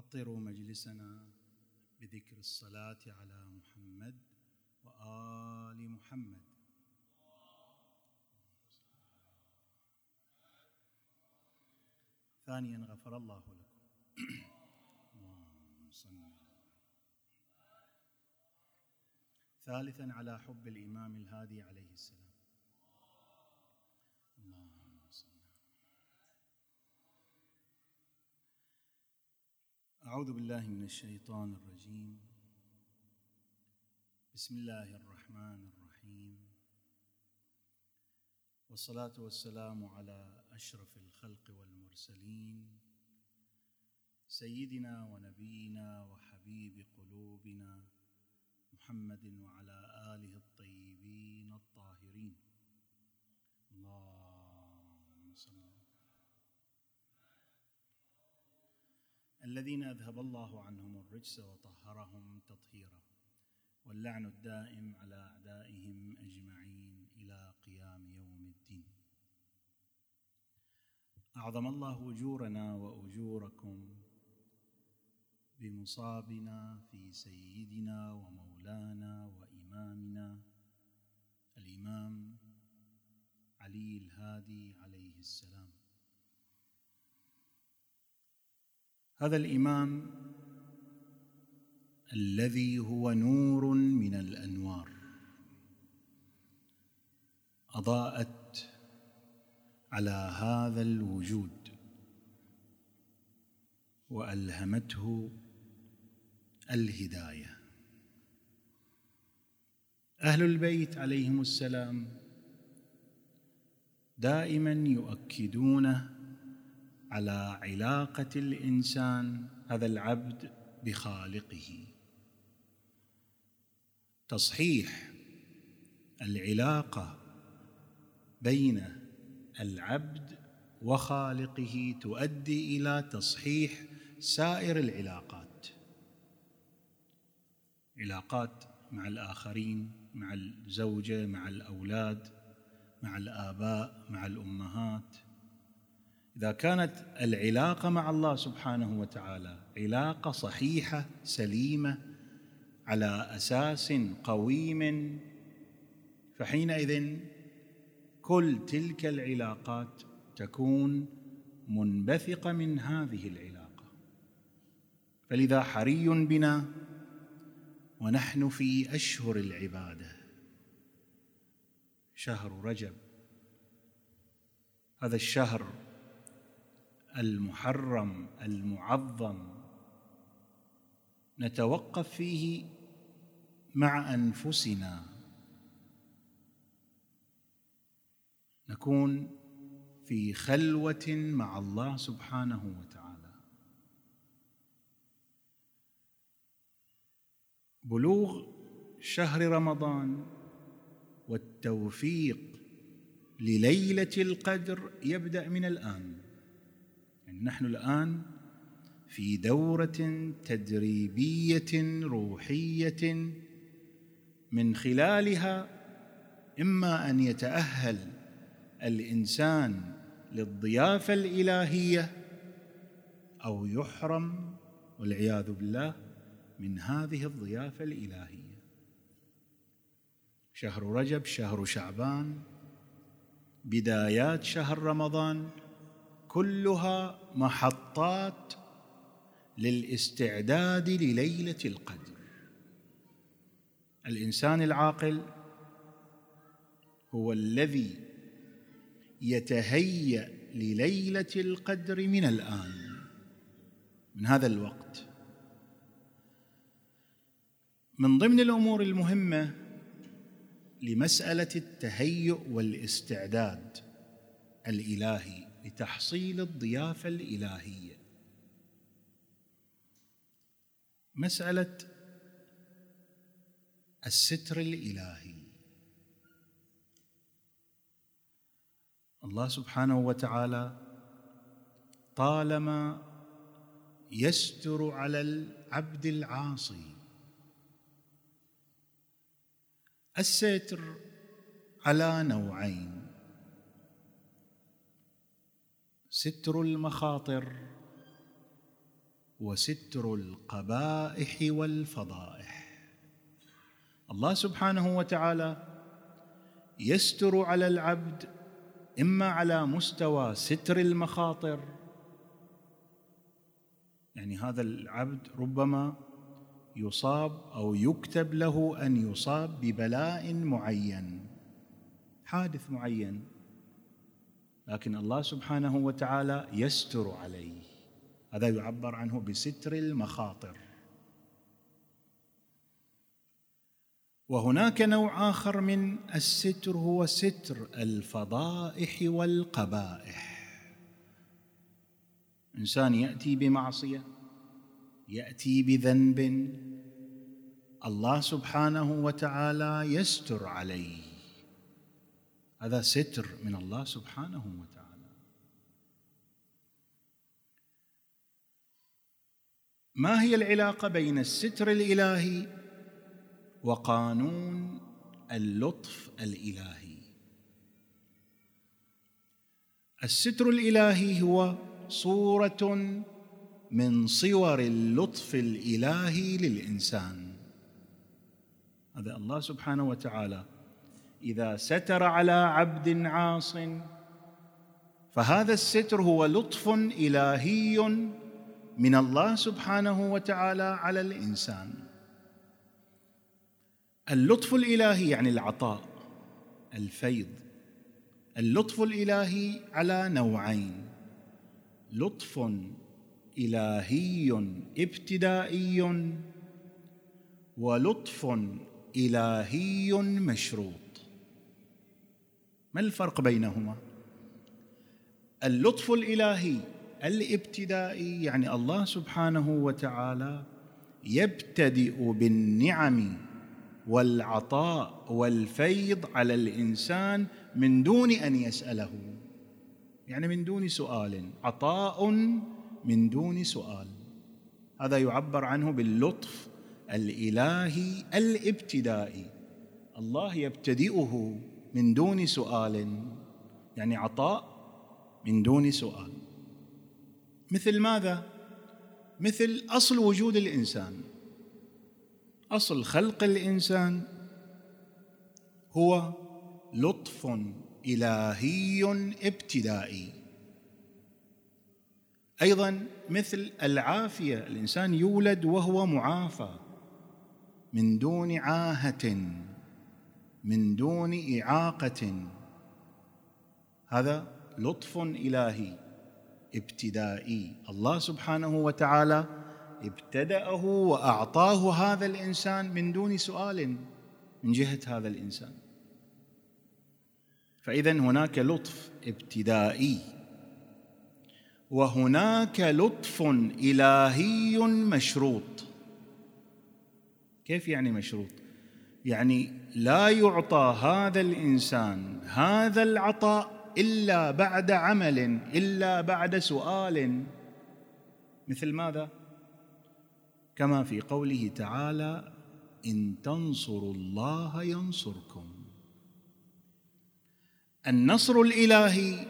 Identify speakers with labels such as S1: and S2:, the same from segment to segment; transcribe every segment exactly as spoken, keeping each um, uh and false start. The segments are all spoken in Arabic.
S1: نفطر مجلسنا بذكر الصلاة على محمد وآل محمد. ثانيا غفر الله لكم. اللهم صل. ثالثا على حب الإمام الهادي عليه السلام. اللهم صل. أعوذ بالله من الشيطان الرجيم. بسم الله الرحمن الرحيم، والصلاة والسلام على أشرف الخلق والمرسلين، سيدنا ونبينا وحبيب قلوبنا محمد وعلى آله الطيبين الطاهرين. اللهم صل. الذين أذهب الله عنهم الرجس وطهرهم تطهيرا، واللعن الدائم على أعدائهم أجمعين إلى قيام يوم الدين. أعظم الله أجورنا وأجوركم بمصابنا في سيدنا ومولانا وإمامنا الإمام علي الهادي عليه السلام. هذا الإمام الذي هو نور من الأنوار أضاءت على هذا الوجود وألهمته الهداية. أهل البيت عليهم السلام دائما يؤكدون على علاقة الإنسان هذا العبد بخالقه، تصحيح العلاقة بين العبد وخالقه تؤدي إلى تصحيح سائر العلاقات، علاقات مع الآخرين، مع الزوجة، مع الأولاد، مع الآباء، مع الأمهات. إذا كانت العلاقة مع الله سبحانه وتعالى علاقة صحيحة سليمة على أساس قويم، فحينئذ كل تلك العلاقات تكون منبثقة من هذه العلاقة. فلذا حري بنا ونحن في أشهر العبادة، شهر رجب، هذا الشهر المحرم المعظم، نتوقف فيه مع أنفسنا، نكون في خلوة مع الله سبحانه وتعالى. بلوغ شهر رمضان والتوفيق لليلة القدر يبدأ من الآن. يعني نحن الآن في دورة تدريبية روحية من خلالها إما أن يتأهل الإنسان للضيافة الإلهية أو يحرم والعياذ بالله من هذه الضيافة الإلهية. شهر رجب، شهر شعبان، بدايات شهر رمضان، كلها محطات للاستعداد لليلة القدر. الإنسان العاقل هو الذي يتهيأ لليلة القدر من الآن، من هذا الوقت. من ضمن الأمور المهمة لمسألة التهيؤ والاستعداد الإلهي لتحصيل الضيافة الإلهية مسألة الستر الإلهي. الله سبحانه وتعالى طالما يستر على العبد العاصي. الستر على نوعين: ستر المخاطر وستر القبائح والفضائح. الله سبحانه وتعالى يستر على العبد إما على مستوى ستر المخاطر، يعني هذا العبد ربما يصاب أو يكتب له أن يصاب ببلاء معين، حادث معين، لكن الله سبحانه وتعالى يستر عليه، هذا يعبر عنه بستر المخاطر. وهناك نوع آخر من الستر هو ستر الفضائح والقبائح. إنسان يأتي بمعصية، يأتي بذنب، الله سبحانه وتعالى يستر عليه، هذا ستر من الله سبحانه وتعالى. ما هي العلاقة بين الستر الإلهي وقانون اللطف الإلهي؟ الستر الإلهي هو صورة من صور اللطف الإلهي للإنسان. هذا الله سبحانه وتعالى إذا ستر على عبد عاص فهذا الستر هو لطف إلهي من الله سبحانه وتعالى على الإنسان. اللطف الإلهي يعني العطاء، الفيض. اللطف الإلهي على نوعين: لطف إلهي ابتدائي ولطف إلهي مشروط. ما الفرق بينهما؟ اللطف الإلهي الابتدائي يعني الله سبحانه وتعالى يبتدئ بالنعم والعطاء والفيض على الإنسان من دون أن يسأله، يعني من دون سؤال، عطاء من دون سؤال، هذا يعبر عنه باللطف الإلهي الابتدائي. الله يبتدئه من دون سؤال، يعني عطاء من دون سؤال. مثل ماذا؟ مثل أصل وجود الإنسان، أصل خلق الإنسان هو لطف إلهي ابتدائي. أيضا مثل العافية، الإنسان يولد وهو معافى من دون عاهة، من دون إعاقة، هذا لطف إلهي ابتدائي. الله سبحانه وتعالى ابتدأه وأعطاه هذا الإنسان من دون سؤال من جهة هذا الإنسان. فإذن هناك لطف ابتدائي وهناك لطف إلهي مشروط. كيف يعني مشروط؟ يعني لا يعطى هذا الإنسان هذا العطاء إلا بعد عمل، إلا بعد سؤال. مثل ماذا؟ كما في قوله تعالى: إن تنصروا الله ينصركم. النصر الإلهي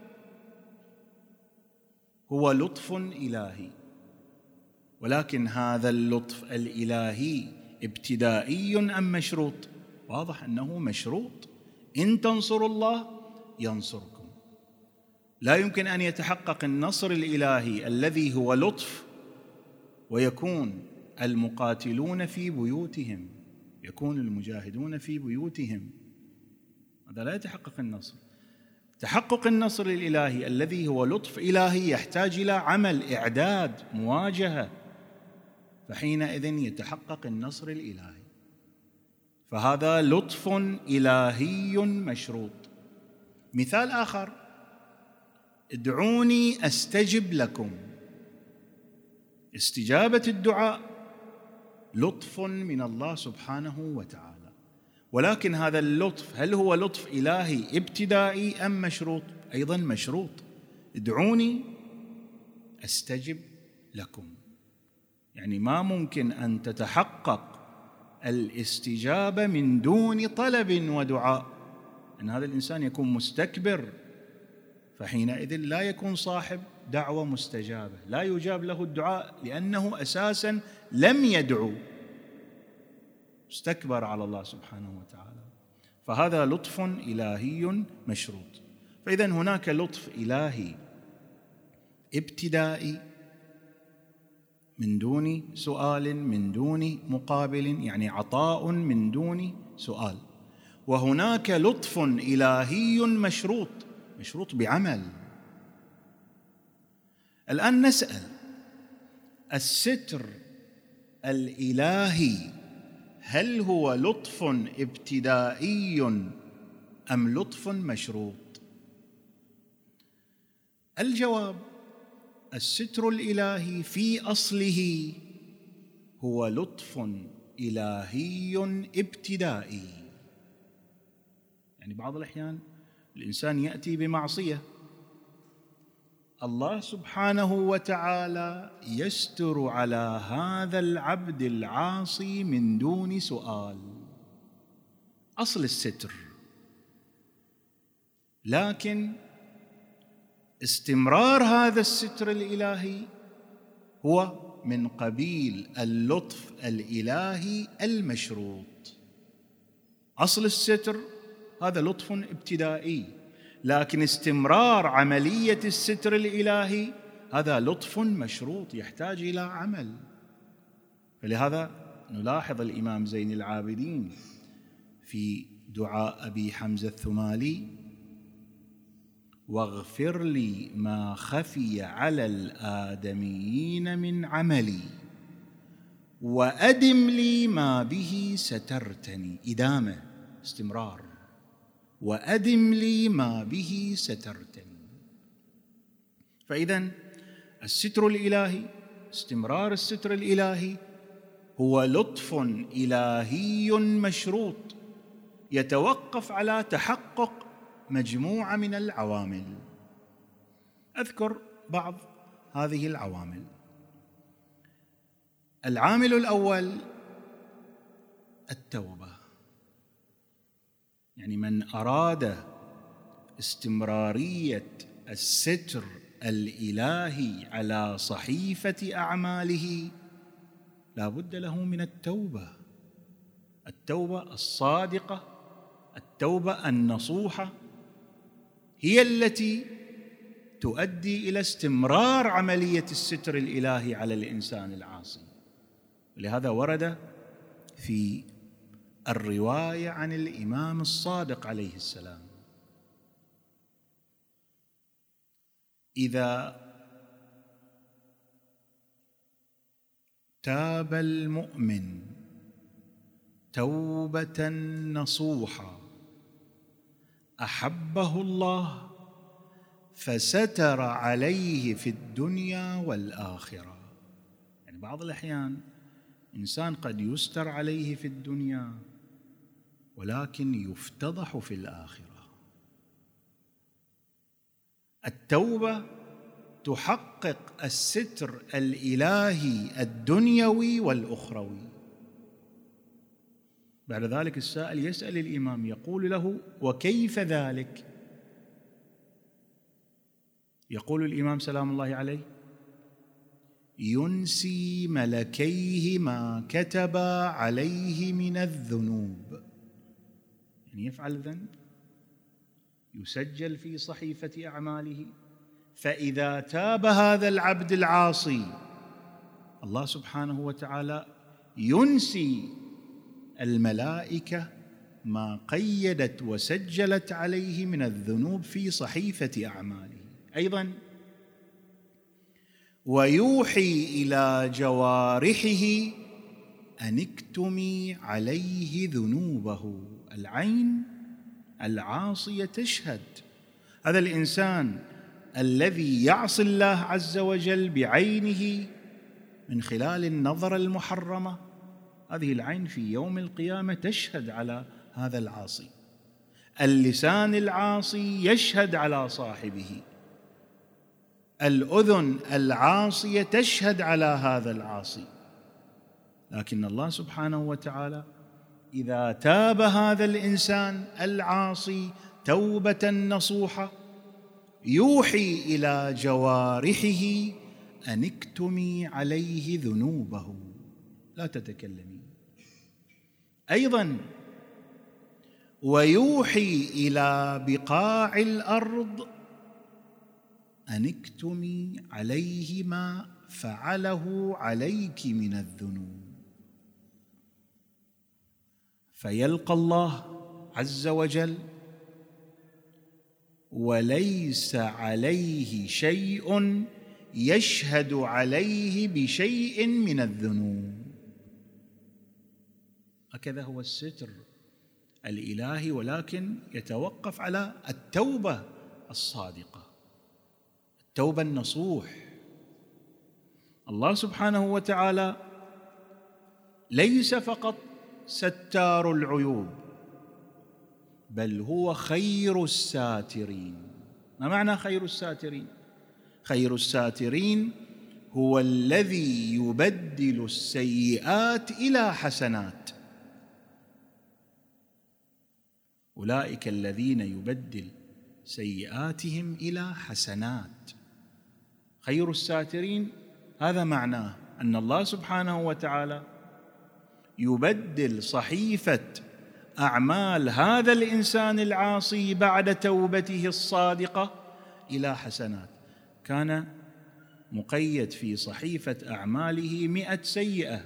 S1: هو لطف إلهي، ولكن هذا اللطف الإلهي ابتدائي أم مشروط؟ واضح أنه مشروط. إن تنصروا الله ينصركم. لا يمكن أن يتحقق النصر الإلهي الذي هو لطف ويكون المقاتلون في بيوتهم، يكون المجاهدون في بيوتهم، هذا لا يتحقق النصر. تحقق النصر الإلهي الذي هو لطف إلهي يحتاج إلى عمل، إعداد، مواجهة، فحينئذ يتحقق النصر الإلهي. فهذا لطف إلهي مشروط. مثال آخر: ادعوني أستجب لكم. استجابة الدعاء لطف من الله سبحانه وتعالى، ولكن هذا اللطف هل هو لطف إلهي ابتدائي أم مشروط؟ أيضا مشروط. ادعوني أستجب لكم، يعني ما ممكن أن تتحقق الاستجابة من دون طلب ودعاء، أن هذا الإنسان يكون مستكبر فحينئذ لا يكون صاحب دعوة مستجابة، لا يجاب له الدعاء لأنه أساساً لم يدعو، استكبر على الله سبحانه وتعالى. فهذا لطف إلهي مشروط. فإذا هناك لطف إلهي ابتدائي من دون سؤال، من دون مقابل، يعني عطاء من دون سؤال. وهناك لطف إلهي مشروط، مشروط بعمل. الآن نسأل: الستر الإلهي هل هو لطف ابتدائي أم لطف مشروط؟ الجواب: الستر الإلهي في أصله هو لطف إلهي ابتدائي. يعني بعض الأحيان الإنسان يأتي بمعصية، الله سبحانه وتعالى يستر على هذا العبد العاصي من دون سؤال، أصل الستر. لكن استمرار هذا الستر الإلهي هو من قبيل اللطف الإلهي المشروط. أصل الستر هذا لطف ابتدائي، لكن استمرار عملية الستر الإلهي هذا لطف مشروط يحتاج إلى عمل. فلهذا نلاحظ الإمام زين العابدين في دعاء أبي حمزة الثمالي: واغفر لي ما خفي على الآدميين من عملي وأدم لي ما به سترتني. إدامة، استمرار. وأدم لي ما به سترتني. فإذن الستر الإلهي، استمرار الستر الإلهي هو لطف إلهي مشروط يتوقف على تحقق مجموعة من العوامل. أذكر بعض هذه العوامل. العامل الأول التوبة. يعني من أراد استمرارية الستر الإلهي على صحيفة أعماله لا بد له من التوبة، التوبة الصادقة، التوبة النصوحة، هي التي تؤدي إلى استمرار عملية الستر الإلهي على الإنسان العاصي. ولهذا ورد في الرواية عن الإمام الصادق عليه السلام: إذا تاب المؤمن توبة نصوحا أحبه الله فستر عليه في الدنيا والآخرة. يعني بعض الأحيان إنسان قد يستر عليه في الدنيا ولكن يفتضح في الآخرة. التوبة تحقق الستر الإلهي الدنيوي والأخروي. بعد ذلك السائل يسأل الإمام يقول له: وكيف ذلك؟ يقول الإمام سلام الله عليه: ينسي ملكيه ما كتبا عليه من الذنوب. يعني يفعل ذنب يسجل في صحيفة أعماله، فإذا تاب هذا العبد العاصي الله سبحانه وتعالى ينسي الملائكة ما قيدت وسجلت عليه من الذنوب في صحيفة أعماله. أيضا ويوحي إلى جوارحه أن اكتمي عليه ذنوبه. العين العاصية تشهد. هذا الإنسان الذي يعصي الله عز وجل بعينه من خلال النظرة المحرمة، هذه العين في يوم القيامة تشهد على هذا العاصي. اللسان العاصي يشهد على صاحبه. الأذن العاصية تشهد على هذا العاصي. لكن الله سبحانه وتعالى إذا تاب هذا الإنسان العاصي توبة نصوحة يوحي إلى جوارحه أن اكتمي عليه ذنوبه، لا تتكلمي. أيضا ويوحي إلى بقاع الأرض أن اكتمي عليه ما فعله عليك من الذنوب، فيلقى الله عز وجل وليس عليه شيء يشهد عليه بشيء من الذنوب. هكذا هو الستر الإلهي، ولكن يتوقف على التوبة الصادقة، التوبة النصوح. الله سبحانه وتعالى ليس فقط ستار العيوب، بل هو خير الساترين. ما معنى خير الساترين؟ خير الساترين هو الذي يبدل السيئات إلى حسنات. أولئك الذين يبدل سيئاتهم إلى حسنات. خير الساترين هذا معناه أن الله سبحانه وتعالى يبدل صحيفة أعمال هذا الإنسان العاصي بعد توبته الصادقة إلى حسنات. كان مقيد في صحيفة أعماله مئة سيئة،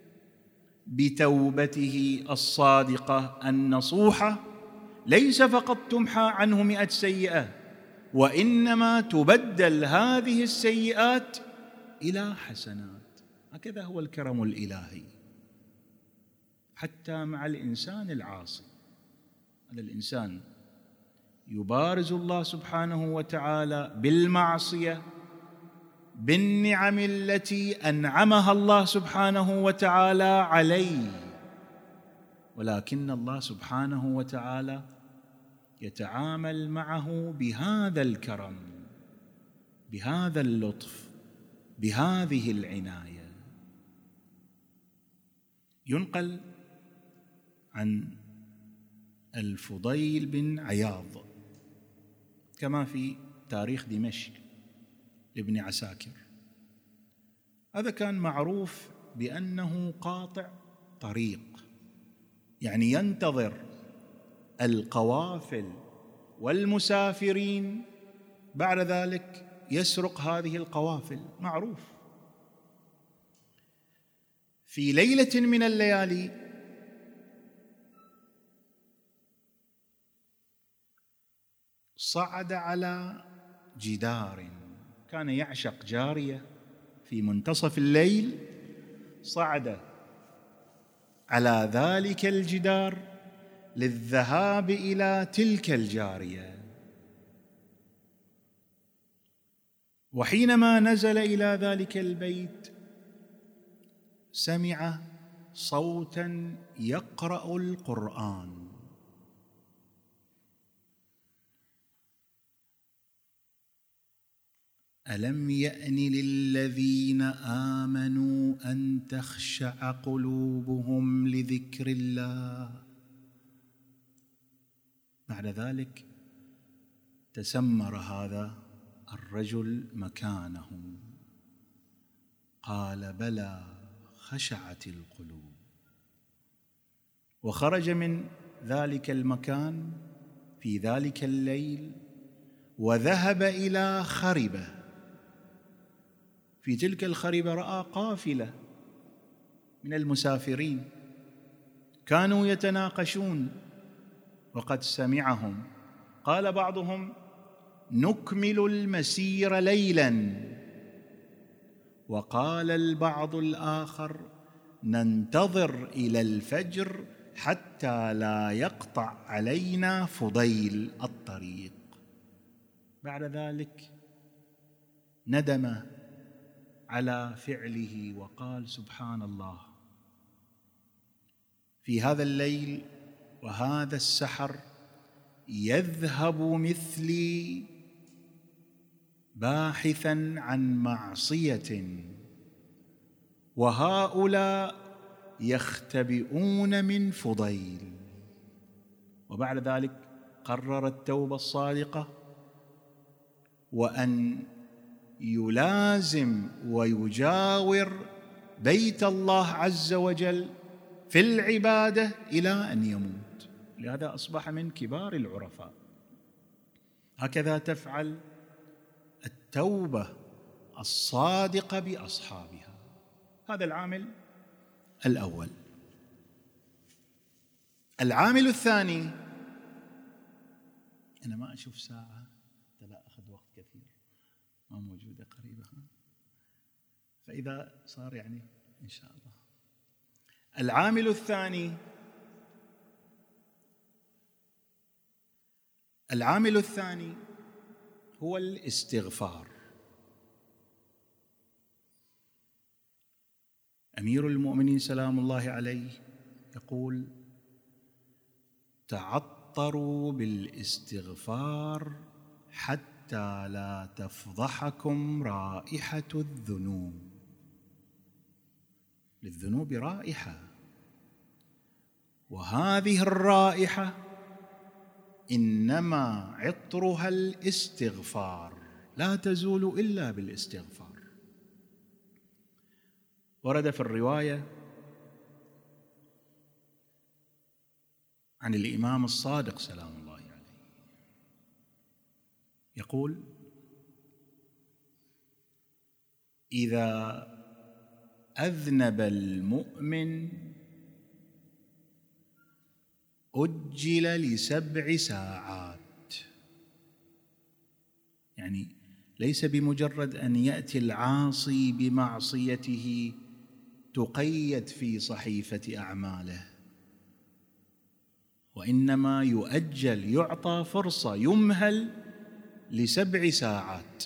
S1: بتوبته الصادقة النصوحة ليس فقط تمحى عنه مئة سيئة، وإنما تبدل هذه السيئات إلى حسنات. هكذا هو الكرم الإلهي حتى مع الإنسان العاصي. هذا الإنسان يبارز الله سبحانه وتعالى بالمعصية، بالنعم التي أنعمها الله سبحانه وتعالى عليه، ولكن الله سبحانه وتعالى يتعامل معه بهذا الكرم، بهذا اللطف، بهذه العناية. ينقل عن الفضيل بن عياض كما في تاريخ دمشق لابن عساكر، هذا كان معروف بأنه قاطع طريق، يعني ينتظر القوافل والمسافرين، بعد ذلك يسرق هذه القوافل، معروف. في ليلة من الليالي صعد على جدار، كان يعشق جارية، في منتصف الليل صعد على ذلك الجدار للذهاب إلى تلك الجارية. وحينما نزل إلى ذلك البيت سمع صوتا يقرأ القرآن، ألم يأن للذين آمنوا أن تخشع قلوبهم لذكر الله. بعد ذلك تسمر هذا الرجل مكانه، قال بلى خشعت القلوب، وخرج من ذلك المكان في ذلك الليل وذهب إلى خربة. في تلك الخربة رأى قافلة من المسافرين كانوا يتناقشون وقد سمعهم، قال بعضهم نكمل المسير ليلا، وقال البعض الآخر ننتظر إلى الفجر حتى لا يقطع علينا فضيل الطريق. بعد ذلك ندم على فعله وقال سبحان الله، في هذا الليل وهذا السحر يذهب مثلي باحثا عن معصية، وهؤلاء يختبئون من فضيل. وبعد ذلك قرر التوبة الصادقة، وأن يلازم ويجاور بيت الله عز وجل في العبادة إلى أن يموت. لهذا أصبح من كبار العرفاء. هكذا تفعل التوبة الصادقة بأصحابها. هذا العامل الأول. العامل الثاني، أنا ما أشوف ساعة، لا أخذ وقت كثير، ما موجودة قريبة، فإذا صار يعني إن شاء الله. العامل الثاني العامل الثاني هو الاستغفار. أمير المؤمنين سلام الله عليه يقول: تعطروا بالاستغفار حتى لا تفضحكم رائحة الذنوب. للذنوب رائحة، وهذه الرائحة إنما عطرها الاستغفار، لا تزول إلا بالاستغفار. ورد في الرواية عن الإمام الصادق سلام الله عليه يقول: إذا أذنب المؤمن أجل لسبع ساعات. يعني ليس بمجرد أن يأتي العاصي بمعصيته تقيد في صحيفة أعماله، وإنما يؤجل، يعطى فرصة، يمهل لسبع ساعات.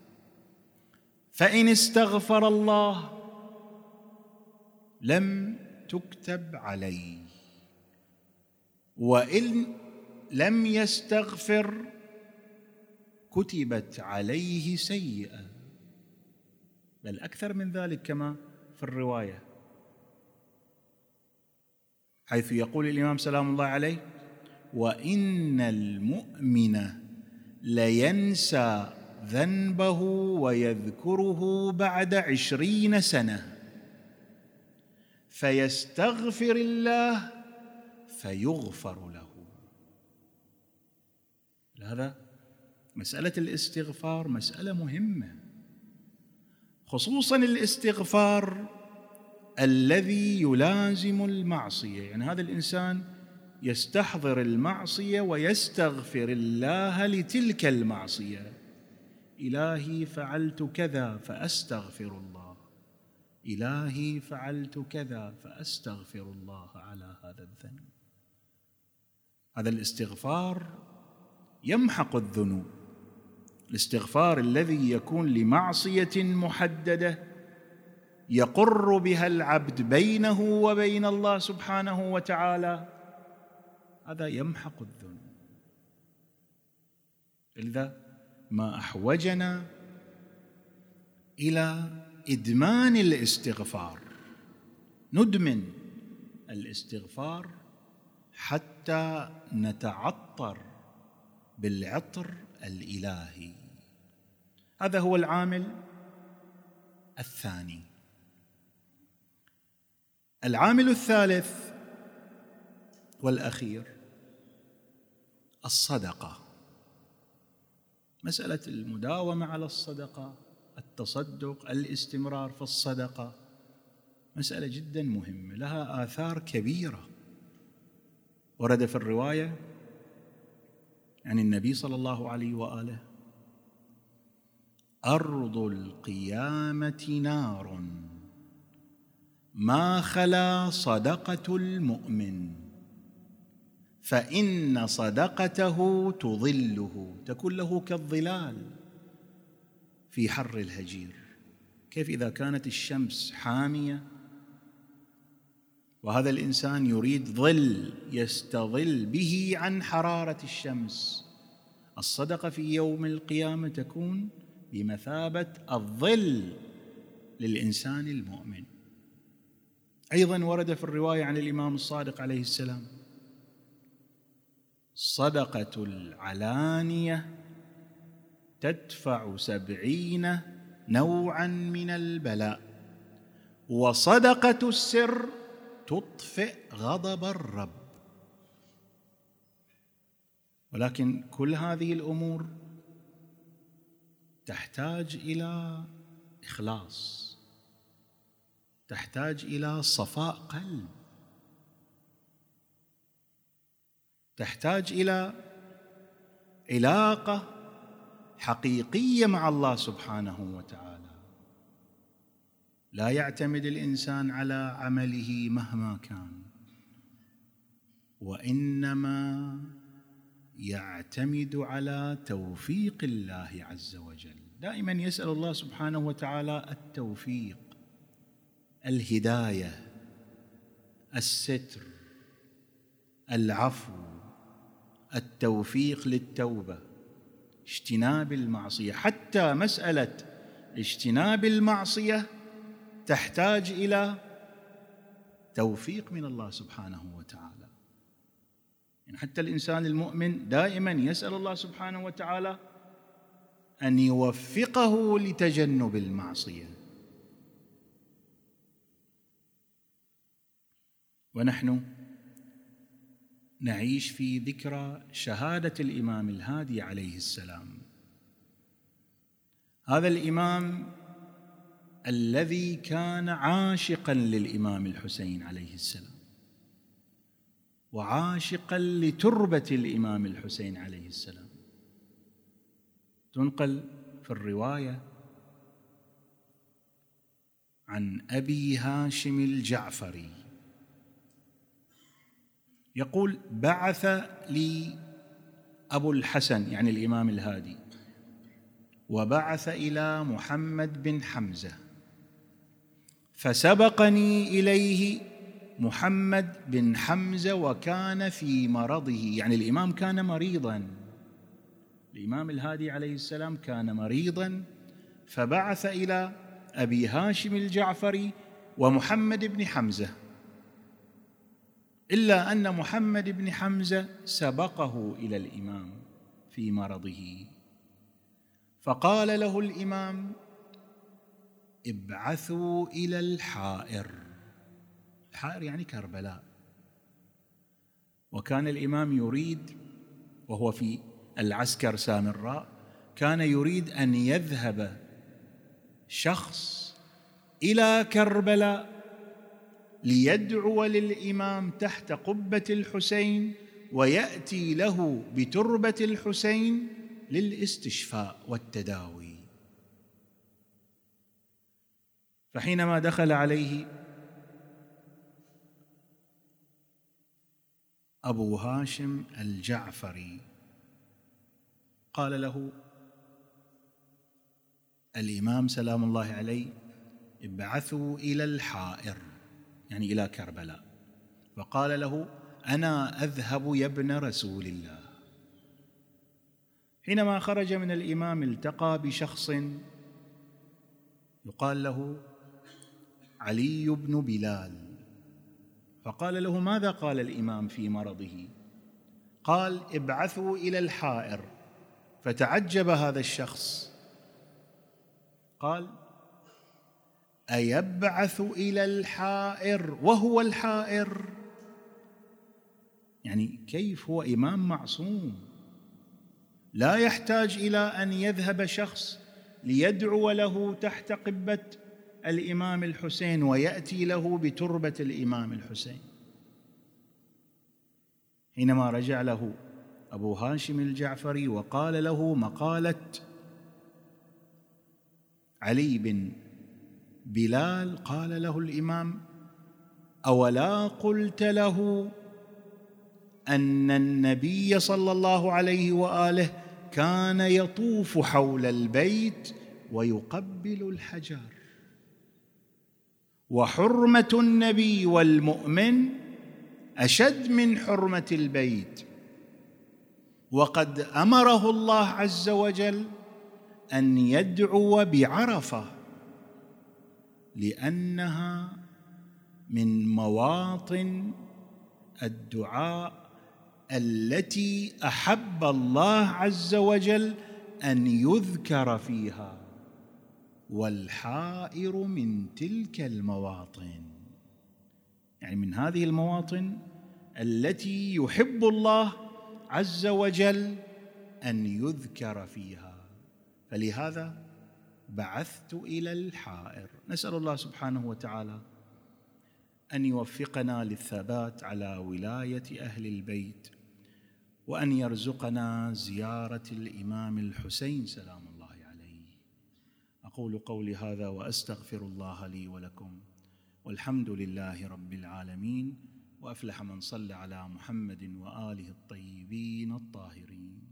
S1: فإن استغفر الله لم تكتب عليه، وإن لم يستغفر كتبت عليه سيئة، بل أكثر من ذلك كما في الرواية، حيث يقول الإمام سلام الله عليه: وإن المؤمن لينسى ذنبه ويذكره بعد عشرين سنة فيستغفر الله فيغفر له. لهذا مسألة الاستغفار مسألة مهمة، خصوصا الاستغفار الذي يلازم المعصية. يعني هذا الإنسان يستحضر المعصية ويستغفر الله لتلك المعصية: إلهي فعلت كذا فأستغفر الله، إلهي فعلت كذا فأستغفر الله على هذا الذنب. هذا الاستغفار يمحق الذنوب. الاستغفار الذي يكون لمعصية محددة يقر بها العبد بينه وبين الله سبحانه وتعالى، هذا يمحق الذنوب. لذا ما أحوجنا إلى إدمان الاستغفار، ندمن الاستغفار حتى نتعطر بالعطر الإلهي. هذا هو العامل الثاني. العامل الثالث والأخير الصدقة. مسألة المداومة على الصدقة، التصدق، الاستمرار في الصدقة، مسألة جدا مهمة، لها آثار كبيرة. ورد في الرواية عن النبي صلى الله عليه وآله: أرض القيامة نار ما خلا صدقة المؤمن، فإن صدقته تظله، تكون له كالظلال في حر الهجير. كيف إذا كانت الشمس حامية وهذا الإنسان يريد ظل يستظل به عن حرارة الشمس؟ الصدقة في يوم القيامة تكون بمثابة الظل للإنسان المؤمن. أيضا ورد في الرواية عن الإمام الصادق عليه السلام: صدقة العلانية تدفع سبعين نوعا من البلاء، وصدقة السر تطفئ غضب الرب. ولكن كل هذه الأمور تحتاج إلى إخلاص، تحتاج إلى صفاء قلب، تحتاج إلى علاقة حقيقية مع الله سبحانه وتعالى. لا يعتمد الإنسان على عمله مهما كان، وإنما يعتمد على توفيق الله عز وجل. دائما يسأل الله سبحانه وتعالى التوفيق، الهداية، الستر، العفو، التوفيق للتوبة، اجتناب المعصية. حتى مسألة اجتناب المعصية تحتاج إلى توفيق من الله سبحانه وتعالى. يعني حتى الإنسان المؤمن دائما يسأل الله سبحانه وتعالى أن يوفقه لتجنب المعصية. ونحن نعيش في ذكرى شهادة الإمام الهادي عليه السلام. هذا الإمام الذي كان عاشقا للإمام الحسين عليه السلام، وعاشقا لتربة الإمام الحسين عليه السلام. تنقل في الرواية عن أبي هاشم الجعفري يقول: بعث لي أبو الحسن يعني الإمام الهادي، وبعث إلى محمد بن حمزة، فسبقني إليه محمد بن حمزة وكان في مرضه. يعني الإمام كان مريضا، الإمام الهادي عليه السلام كان مريضا، فبعث إلى أبي هاشم الجعفري ومحمد بن حمزة، إلا أن محمد بن حمزة سبقه إلى الإمام في مرضه، فقال له الإمام: ابعثوا إلى الحائر. الحائر يعني كربلاء. وكان الإمام يريد، وهو في العسكر سامراء، كان يريد أن يذهب شخص إلى كربلاء ليدعو للإمام تحت قبة الحسين، ويأتي له بتربة الحسين للاستشفاء والتداوي. فحينما دخل عليه أبو هاشم الجعفري قال له الإمام سلام الله عليه: ابعثوا إلى الحائر، يعني إلى كربلاء. وقال له: أنا أذهب يا ابن رسول الله. حينما خرج من الإمام التقى بشخص يقال له علي بن بلال، فقال له: ماذا قال الإمام في مرضه؟ قال: ابعثوا إلى الحائر. فتعجب هذا الشخص، قال: أيبعث إلى الحائر وهو الحائر؟ يعني كيف هو إمام معصوم لا يحتاج إلى أن يذهب شخص ليدعو له تحت قبة الإمام الحسين ويأتي له بتربة الإمام الحسين. حينما رجع له أبو هاشم الجعفري وقال له مقالة علي بن بلال، قال له الإمام: أولا قلت له أن النبي صلى الله عليه وآله كان يطوف حول البيت ويقبل الحجر، وحرمة النبي والمؤمن أشد من حرمة البيت، وقد أمره الله عز وجل أن يدعو بعرفة لأنها من مواطن الدعاء التي أحب الله عز وجل أن يذكر فيها، والحائر من تلك المواطن، يعني من هذه المواطن التي يحب الله عز وجل أن يذكر فيها، فلهذا بعثت إلى الحائر. نسأل الله سبحانه وتعالى أن يوفقنا للثبات على ولاية أهل البيت، وأن يرزقنا زيارة الإمام الحسين سلام الله عليه. أقول قولي هذا وأستغفر الله لي ولكم، والحمد لله رب العالمين، وأفلح من صلى على محمد وآله الطيبين الطاهرين.